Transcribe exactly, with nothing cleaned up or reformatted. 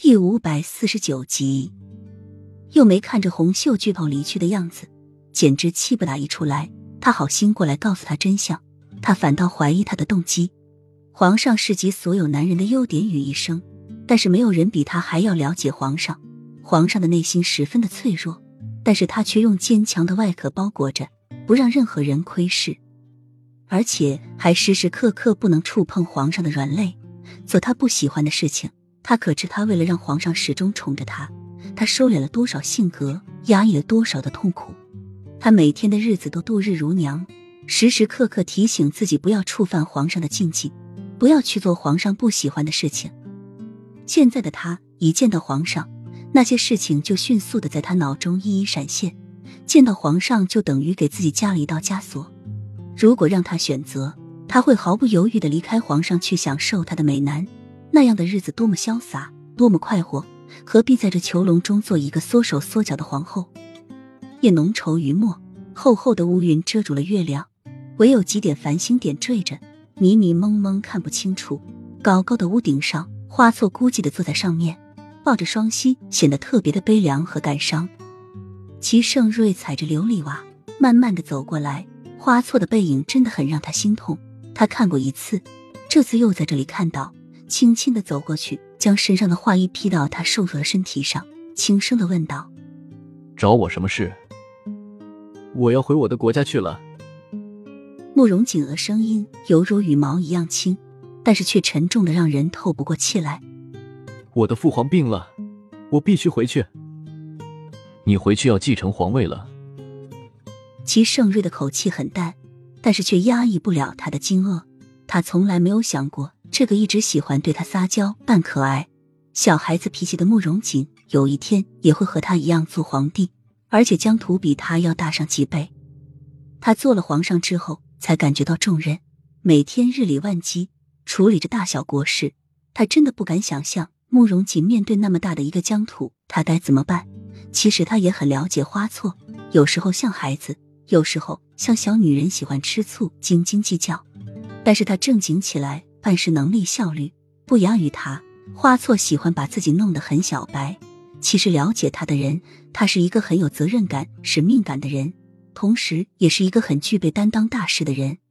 第五百四十九集。又没看着洪秀巨炮离去的样子，简直气不打一处来。他好心过来告诉他真相，他反倒怀疑他的动机。皇上是集所有男人的优点于一身，但是没有人比他还要了解皇上。皇上的内心十分的脆弱，但是他却用坚强的外壳包裹着，不让任何人窥视，而且还时时刻刻不能触碰皇上的软肋，做他不喜欢的事情。他可知他为了让皇上始终宠着他，他收敛了多少性格，压抑了多少的痛苦。他每天的日子都度日如年，时时刻刻提醒自己不要触犯皇上的禁忌，不要去做皇上不喜欢的事情。现在的他一见到皇上，那些事情就迅速的在他脑中一一闪现，见到皇上就等于给自己加了一道枷锁。如果让他选择，他会毫不犹豫地离开皇上去享受他的美男，那样的日子多么潇洒，多么快活，何必在这囚笼中做一个缩手缩脚的皇后。夜浓稠于墨，厚厚的乌云遮住了月亮，唯有几点繁星点缀着，迷迷蒙蒙看不清楚。高高的屋顶上，花错孤寂地坐在上面，抱着双膝，显得特别的悲凉和感伤。齐盛瑞踩着琉璃瓦慢慢地走过来，花错的背影真的很让他心痛。他看过一次，这次又在这里看到，轻轻地走过去，将身上的画衣披到他瘦弱的身体上，轻声地问道： 找我什么事？我要回我的国家去了。 慕容锦的声音犹如羽毛一样轻，但是却沉重的让人透不过气来。 我的父皇病了，我必须回去。你回去要继承皇位了？ 齐盛瑞的口气很淡，但是却压抑不了他的惊愕。他从来没有想过，这个一直喜欢对他撒娇扮可爱小孩子脾气的慕容锦，有一天也会和他一样做皇帝，而且疆土比他要大上几倍。他做了皇上之后，才感觉到重任，每天日理万机，处理着大小国事。他真的不敢想象慕容锦面对那么大的一个疆土，他该怎么办。其实他也很了解花错，有时候像孩子，有时候像小女人，喜欢吃醋，斤斤计较。但是他正经起来，办事能力效率不亚于他。花错喜欢把自己弄得很小白，其实了解他的人，他是一个很有责任感、使命感的人，同时也是一个很具备担当大事的人。